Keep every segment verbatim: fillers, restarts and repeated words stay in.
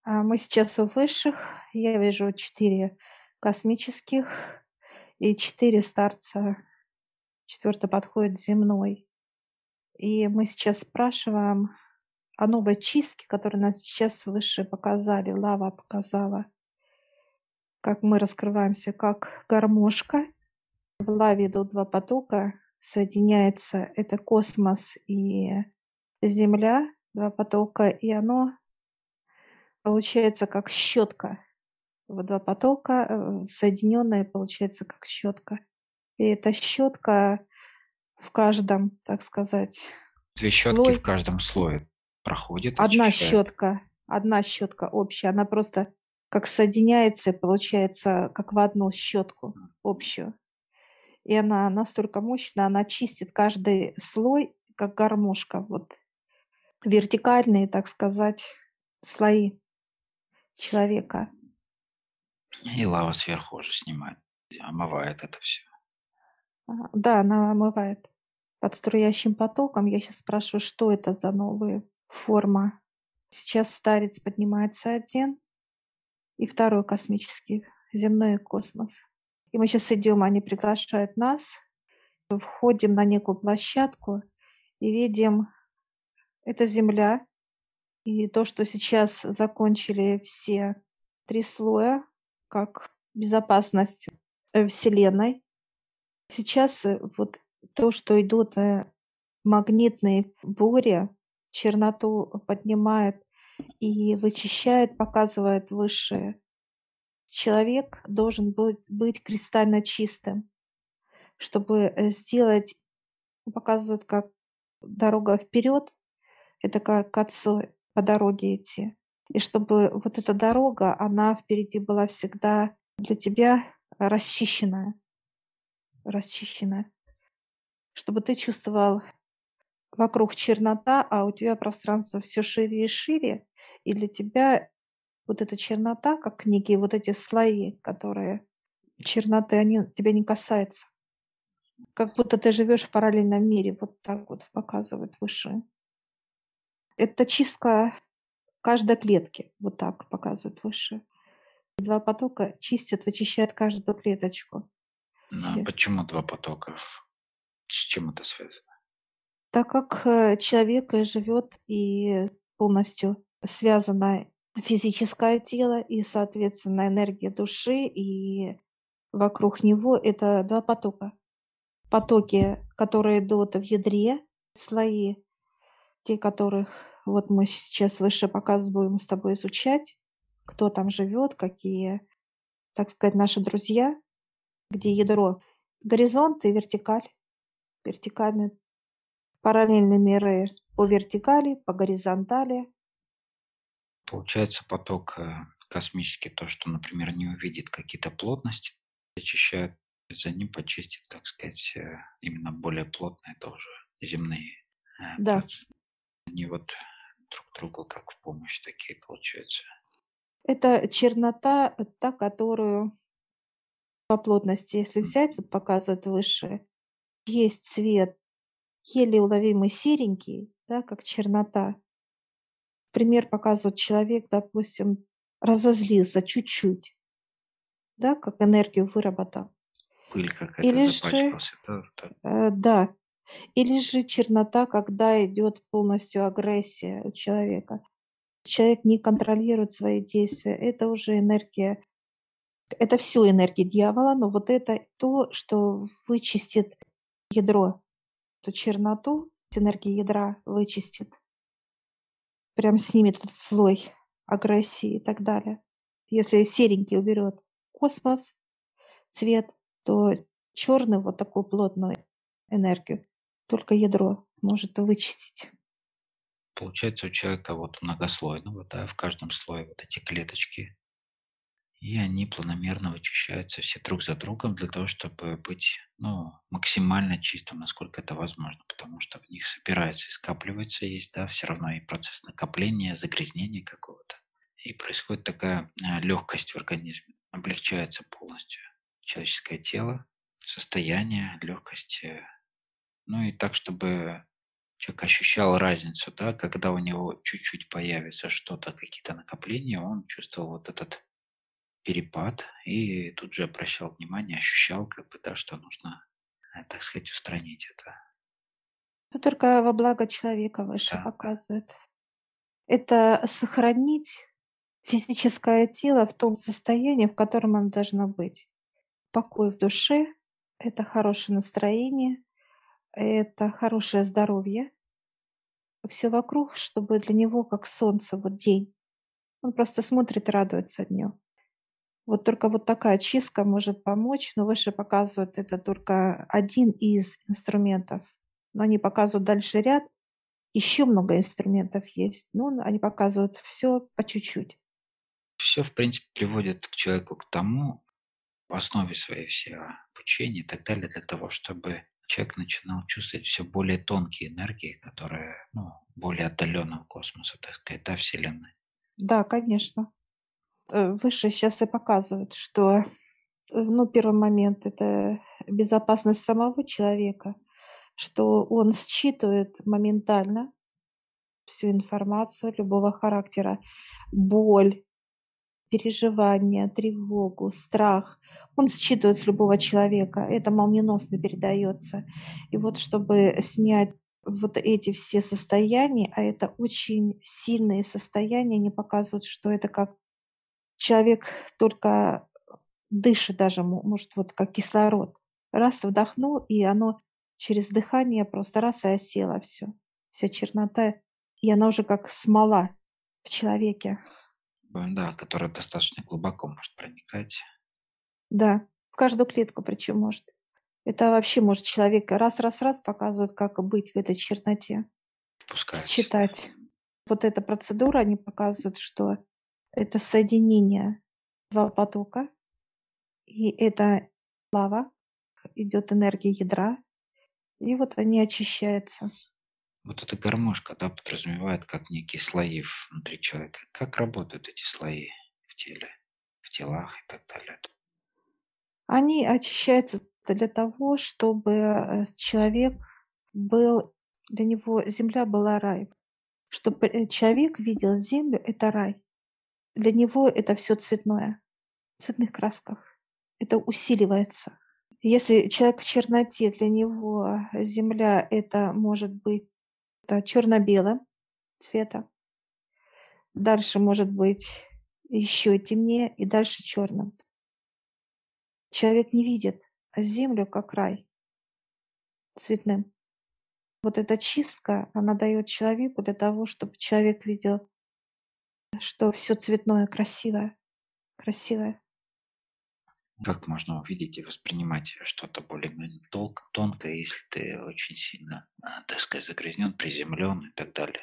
А, Мы сейчас у высших. Я вижу четыре космических и четыре старца. Четвертый подходит земной. И мы сейчас спрашиваем о новой чистке, которую нам сейчас высшие показали, лава показала. Как мы раскрываемся как гармошка. В лаве идут два потока, соединяется это космос и Земля, два потока, и оно получается как щетка. Вот два потока, э, соединенные, получается как щетка. И эта щетка в каждом, так сказать, Две щетки в слой. каждом слое проходит, Одна очищает. щетка, одна щетка общая, она просто как соединяется и получается как в одну щетку общую. И она настолько мощная, она чистит каждый слой, как гармошка. Вот вертикальные, так сказать, слои человека. И лава сверху уже снимает, омывает это все. Ага. Да, она омывает под струящим потоком. Я сейчас спрашиваю, что это за новая форма. Сейчас старец поднимается один, и второй космический, земной космос. И мы сейчас идем, они приглашают нас, входим на некую площадку и видим, это Земля, и то, что сейчас закончили все три слоя, как безопасность э, Вселенной. Сейчас э, вот то, что идут э, магнитные бури, черноту поднимает и вычищает, показывает высшее. Человек должен быть, быть кристально чистым, чтобы э, сделать, показывают, как дорога вперед, это как к отцу по дороге идти. И чтобы вот эта дорога, она впереди была всегда для тебя расчищенная, расчищенная, чтобы ты чувствовал вокруг чернота, а у тебя пространство все шире и шире, и для тебя вот эта чернота, как некие вот эти слои, которые черноты, они тебя не касаются. Как будто ты живешь в параллельном мире, вот так вот показывают выше. Это чистка каждой клетки, вот так показывают выше. Два потока чистят, вычищают каждую клеточку. Но почему два потока? С чем это связано? Так как э, человек э, живет и полностью связано физическое тело и, соответственно, энергия души, и вокруг него это два потока. Потоки, которые идут в ядре, слои, те, которых вот мы сейчас выше показ будем с тобой изучать, кто там живет, какие, так сказать, наши друзья, где ядро, горизонт и вертикаль, вертикальные, параллельные миры по вертикали, по горизонтали. Получается, поток э, космический, то, что, например, не увидит какие-то плотности, очищает, за ним почистит, так сказать, э, именно более плотные тоже земные э, Да, процессы. Они вот друг другу как в помощь такие получаются. это чернота, э, та, которую по плотности, если М. взять, вот показывают выше, есть цвет еле уловимый серенький, да, как чернота. Пример показывает человек, допустим, разозлился чуть-чуть, да, как энергию выработал. Пыль какая-то Или же, запачкался. Да, да. э, да, или же чернота, когда идет полностью агрессия у человека. Человек не контролирует свои действия. Это уже энергия, это все энергия дьявола, но вот это то, что вычистит ядро, эту черноту, энергия ядра вычистит, прям снимет этот слой агрессии и так далее. Если серенький уберет космос, цвет, то черный вот такую плотную энергию только ядро может вычистить. Получается, у человека вот многослойно, вот, да, в каждом слое вот эти клеточки, и они планомерно вычищаются все друг за другом для того, чтобы быть, ну, максимально чистым, насколько это возможно, потому что в них собирается и скапливается, есть, да, все равно и процесс накопления, загрязнения какого-то. И происходит такая э, легкость в организме, облегчается полностью человеческое тело, состояние, легкость, э, ну и так, чтобы Человек ощущал разницу, да, когда у него чуть-чуть появится что-то, какие-то накопления, он чувствовал вот этот перепад и тут же обращал внимание, ощущал, как бы, да, что нужно, э, так сказать, устранить это. Это только во благо человека выше Да, да. показывает. Это сохранить физическое тело в том состоянии, в котором оно должно быть. Покой в душе — это хорошее настроение, это хорошее здоровье. Все вокруг, чтобы для него как солнце, вот день. Он просто смотрит и радуется дню. Вот только вот такая чистка может помочь, но выше показывают это только один из инструментов. Но они показывают дальше ряд. Еще много инструментов есть, но они показывают все по чуть-чуть. Все, в принципе, приводит к человеку к тому, в основе своей все обучения и так далее, для того, чтобы человек начинал чувствовать все более тонкие энергии, которые, ну, более отдаленного космоса, так сказать, да, Вселенной. Да, конечно. Э, Выше сейчас и показывают, что, э, ну, первый момент — это безопасность самого человека, что он считывает моментально всю информацию любого характера, боль, переживания, тревогу, страх. Он считывает с любого человека, это молниеносно передается. И вот чтобы снять вот эти все состояния, а это очень сильные состояния, они показывают, что это как человек только дышит даже, мо может, вот как кислород. Раз вдохнул, и оно через дыхание просто раз и осело все, вся чернота, и она уже как смола в человеке. Э, Да, которая достаточно глубоко может проникать, Да, в каждую клетку причем может. Это вообще может человека раз раз раз показывает, как быть в этой черноте, впускает в себя. считать. Вот эта процедура, они показывают, что это соединение два потока, и это лава, идет энергия ядра, и вот они очищаются. Вот эта гармошка, да, подразумевает как некие слои внутри человека. Как работают эти слои в теле, в телах и так далее? Они очищаются для того, чтобы, э, человек был для него земля была рай, чтобы, э, человек видел землю — это рай. Для него это все цветное, в цветных красках. Это усиливается. Если человек в черноте, для него земля — это может быть черно-белым цвета, дальше может быть еще темнее и дальше черным. Человек не видит землю как рай цветным. Вот эта чистка, она дает человеку для того, чтобы человек видел, что все цветное красивое, красивое. Как можно увидеть и воспринимать что-то более-менее толк- тонкое, если ты очень сильно, а, так сказать, загрязнен, приземлен и так далее?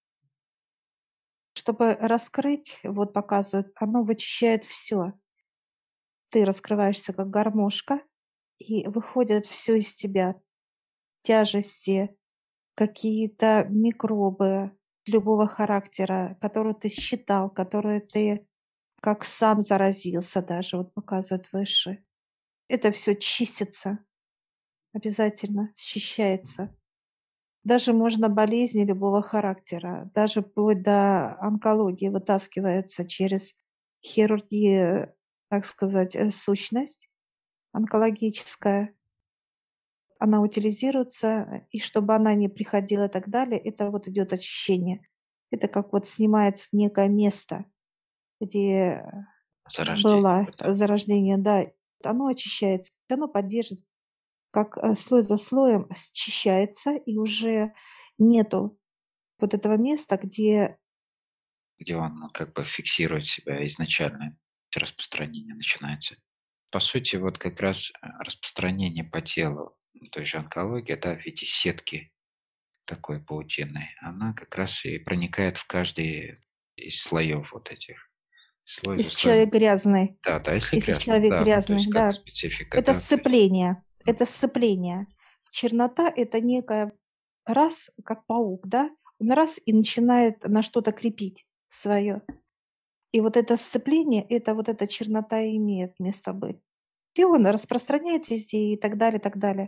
Чтобы раскрыть, вот показывают, оно вычищает все. Ты раскрываешься как гармошка, и выходит все из тебя: тяжести, какие-то микробы любого характера, которые ты считал, которые ты как сам заразился даже, вот показывают выше. Это все чистится, обязательно счищается. Даже можно болезни любого характера, даже вплоть до онкологии вытаскивается через хирургию, так сказать, э, сущность онкологическая. Она утилизируется, э, и чтобы она не приходила и так далее, это вот идет очищение. Это как вот снимается некое место, где Зарождение было какое-то. зарождение, да, оно очищается, оно поддерживает, как, э, слой за слоем счищается, и уже нету вот этого места, где Где он, ну, как бы фиксирует себя изначально, распространение начинается. По сути, вот как раз э, распространение по телу той же онкологии, да, в виде сетки такой паутинной, она как раз и проникает в каждый из слоев вот этих, слой за если слоем. человек грязный, Да, да, если если грязно, человек да, ну то грязный, есть как да, специфика, это да, то есть, сцепление, м, это сцепление. Чернота — это некая раз, как паук, да, он раз и начинает на что-то крепить свое. И вот это сцепление — это вот эта чернота и имеет место быть. И он распространяет везде и так далее, так далее.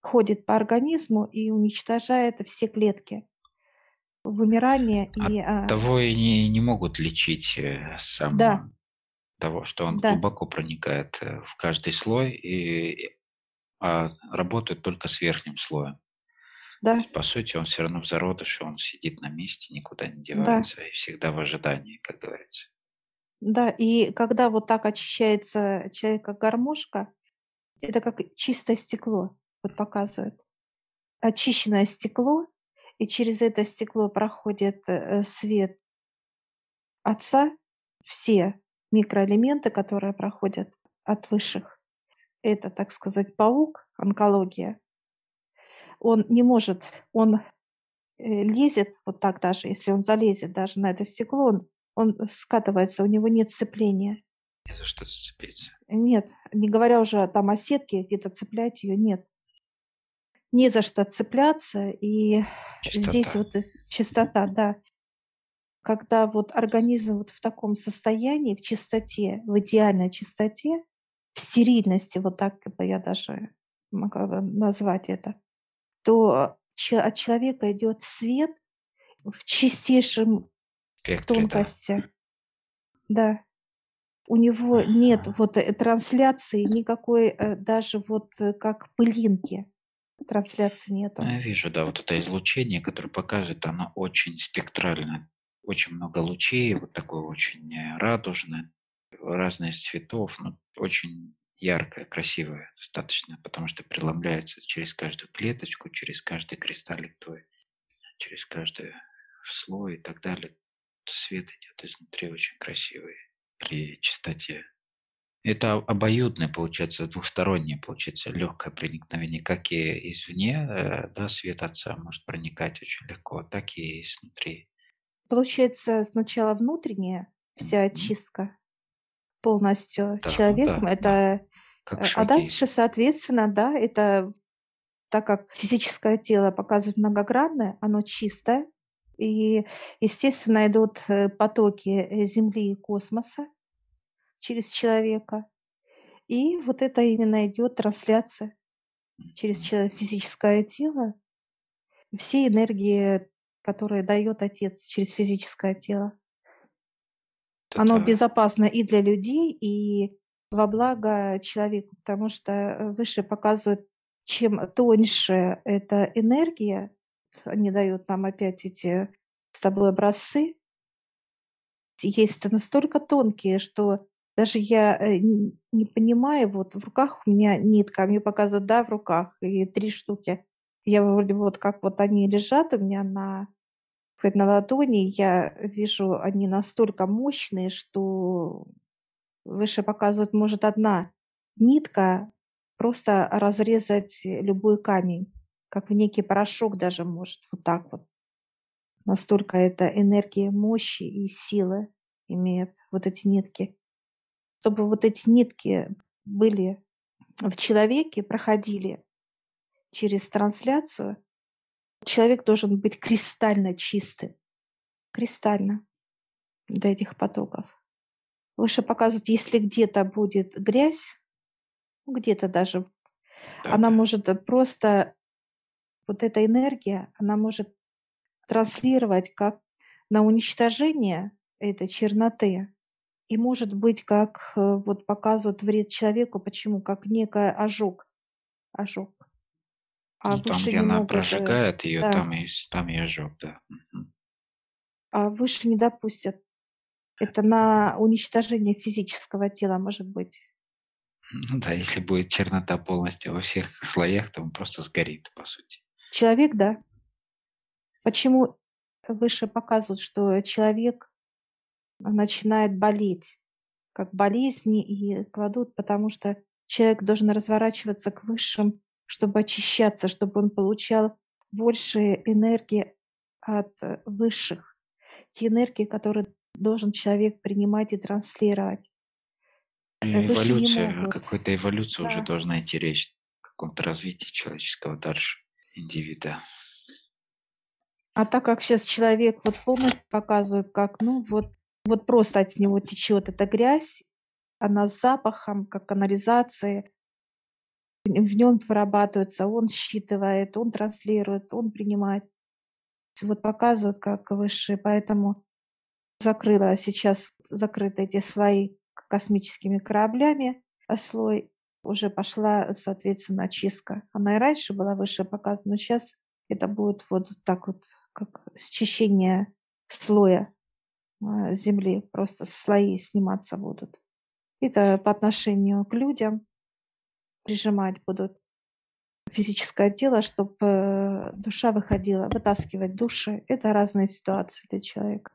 ходит по организму и уничтожает все клетки. Вымирание и, а Оттого и не не могут лечить, э, Да. сам того, что он Да. глубоко проникает, э, в каждый слой и, а, работают только с верхним слоем. То Да. есть, по сути, он всё равно в зародыше, он сидит на месте, никуда не Да. девается и всегда в ожидании, как говорится. Да, и когда вот так очищается человек, как гармошка, это как чистое стекло, вот показывает. Очищенное стекло, и через это стекло проходит, э, свет Отца, все микроэлементы, которые проходят от высших. Это, так сказать, паук, онкология. Он не может, он, э, лезет вот так даже, если он залезет даже на это стекло, он он скатывается, у него нет сцепления. Не за что зацепиться. Нет, не говоря уже там о сетке, где-то цеплять её, нет. Не за что цепляться, и здесь Чистота. вот, э, чистота, да. Когда вот организм вот в таком состоянии, в чистоте, в идеальной чистоте, в стерильности, вот так бы я даже могла бы назвать это, то че от человека идёт свет в чистейшем в Спектре, да. тонкости. Да. У него нет Ага. вот, э, трансляции никакой, э, даже вот, э, как пылинки. Трансляции Ну, нету. я вижу, да, вот это излучение, которое показывает, оно очень спектральное. Очень много лучей, вот такое очень, э, радужное, разное из цветов, ну, очень яркое, красивое достаточно, потому что преломляется через каждую клеточку, через каждый кристаллик твой, через каждый слой и так далее. Свет идет изнутри очень красивый при чистоте. Это обоюдное, получается, двухстороннее, получается, легкое проникновение, как и извне, э, да, свет Отца может проникать очень легко, так и изнутри. Получается, сначала внутренняя вся Мгм. очистка полностью Да, ну человеком. да, да. Это, Как э, а шаги дальше, идут. соответственно, да, это так как физическое тело показывает многогранное, оно чистое, и, естественно, идут, э, потоки, э, Земли и космоса через человека. И вот это именно идёт трансляция через Мгм. челове физическое тело. Все энергии, которые даёт Отец через физическое тело. Оно Это безопасно и для людей, и во благо человеку, потому что, э, Высшие показывают, чем тоньше эта энергия, т они дают нам опять эти с тобой образцы есть настолько тонкие, что даже я, э, н не понимаю, вот в руках у меня нитка, мне показывают, да, в руках, и три штуки. Я вроде бы вот как вот они лежат у меня на сказать, на ладони, я вижу, они настолько мощные, что Высшие показывают, может одна нитка просто разрезать любой камень, как в некий порошок даже может, вот так вот. Настолько это энергия мощи и силы имеет, вот эти нитки. Чтобы вот эти нитки были в человеке, проходили через трансляцию, человек должен быть кристально чистым. Кристально до этих потоков. Высшие показывают, если где-то будет грязь, ну, где-то даже в она Да-да. может, э, просто вот эта энергия, она может транслировать как на уничтожение этой черноты и, может быть, как, э, вот показывают вред человеку. Почему? Как некое ожог ожог. А Ну, там, Высшие где не она могут, э прожигает её, да. там и с там и ожог, да. Мгм. А Высшие не допустят. Это на уничтожение физического тела может быть. Ну да, если будет чернота полностью во всех слоях, то он просто сгорит, по сути. Человек, да. Почему Высшие показывают, что человек начинает болеть, как болезни, и кладут, потому что человек должен разворачиваться к Высшим, чтобы очищаться, чтобы он получал больше энергии от Высших. Те энергии, которые должен человек принимать и транслировать. Э, Высшие не Эволюция, о могут. какой-то эволюции уже Да. должна идти речь, о каком-то развитии человеческого дальше индивида. А так как щас человек вот полностью показывают, как, ну, вот вот просто от него течёт эта грязь, она с запахом, как канализации. в нем вырабатывается, он считывает, он транслирует, он принимает. Вот показывают как высшие, поэтому закрыла сейчас закрыты эти слои космическими кораблями, а слой уже пошла, соответственно, очистка. Она и раньше была выше показана, но сейчас это будет вот так вот, как счищение слоя а, Земли, просто слои сниматься будут. Это по отношению к людям прижимать будут физическое тело, чтобы душа выходила, вытаскивать души. Это разные ситуации для человека.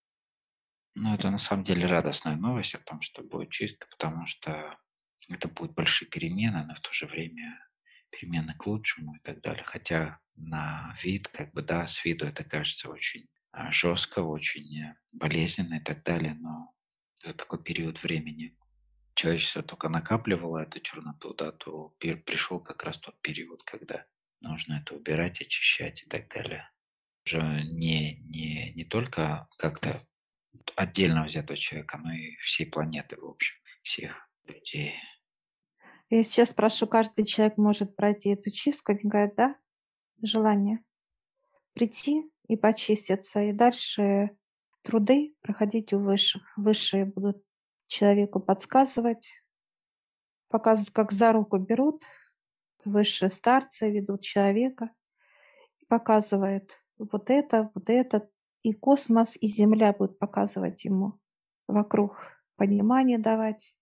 Ну, это на самом деле радостная новость о том, что будет чистка, потому что это будут большие перемены, но в то же время перемены к лучшему и так далее. Хотя на вид, как бы, да, с виду это кажется очень а, жестко, очень э, болезненно и так далее, но за такой период времени человечество только накапливало эту черноту, да, то пир- пришел как раз тот период, когда нужно это убирать, очищать и так далее. Уже не, не, не только как-то отдельно взятого человека, но и всей планеты, в общем, всех людей. Я сейчас спрошу, каждый человек может пройти эту чистку? Они говорят, да, желание прийти и почиститься, и дальше труды проходить у высших. Высшие будут человеку подсказывать, показывают, как за руку берут, высшие старцы ведут человека, и показывает вот это, вот это, и космос, и Земля будут показывать ему вокруг, понимание давать,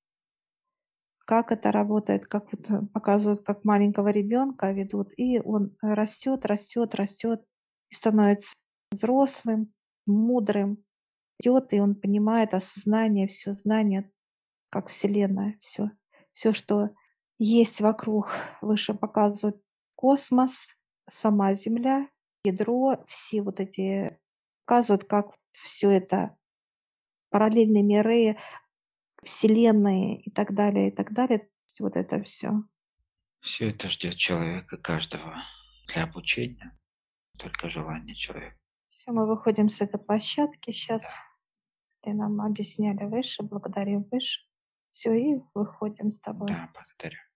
как это работает, как вот э, показывают, как маленького ребенка ведут, и он растет, растет, растет и становится взрослым, мудрым, идет, и он понимает осознание, все знание, как Вселенная, все, все, что есть вокруг, выше показывают космос, сама Земля, ядро, все вот эти показывают, как все это параллельные миры, вселенные и так далее, и так далее. То есть вот это все. Все это ждет человека, каждого для обучения, только желание человека. Все, мы выходим с этой площадки Да, сейчас. Ты нам объясняли выше, благодарим выше. Все, и выходим с тобой. да, благодарю.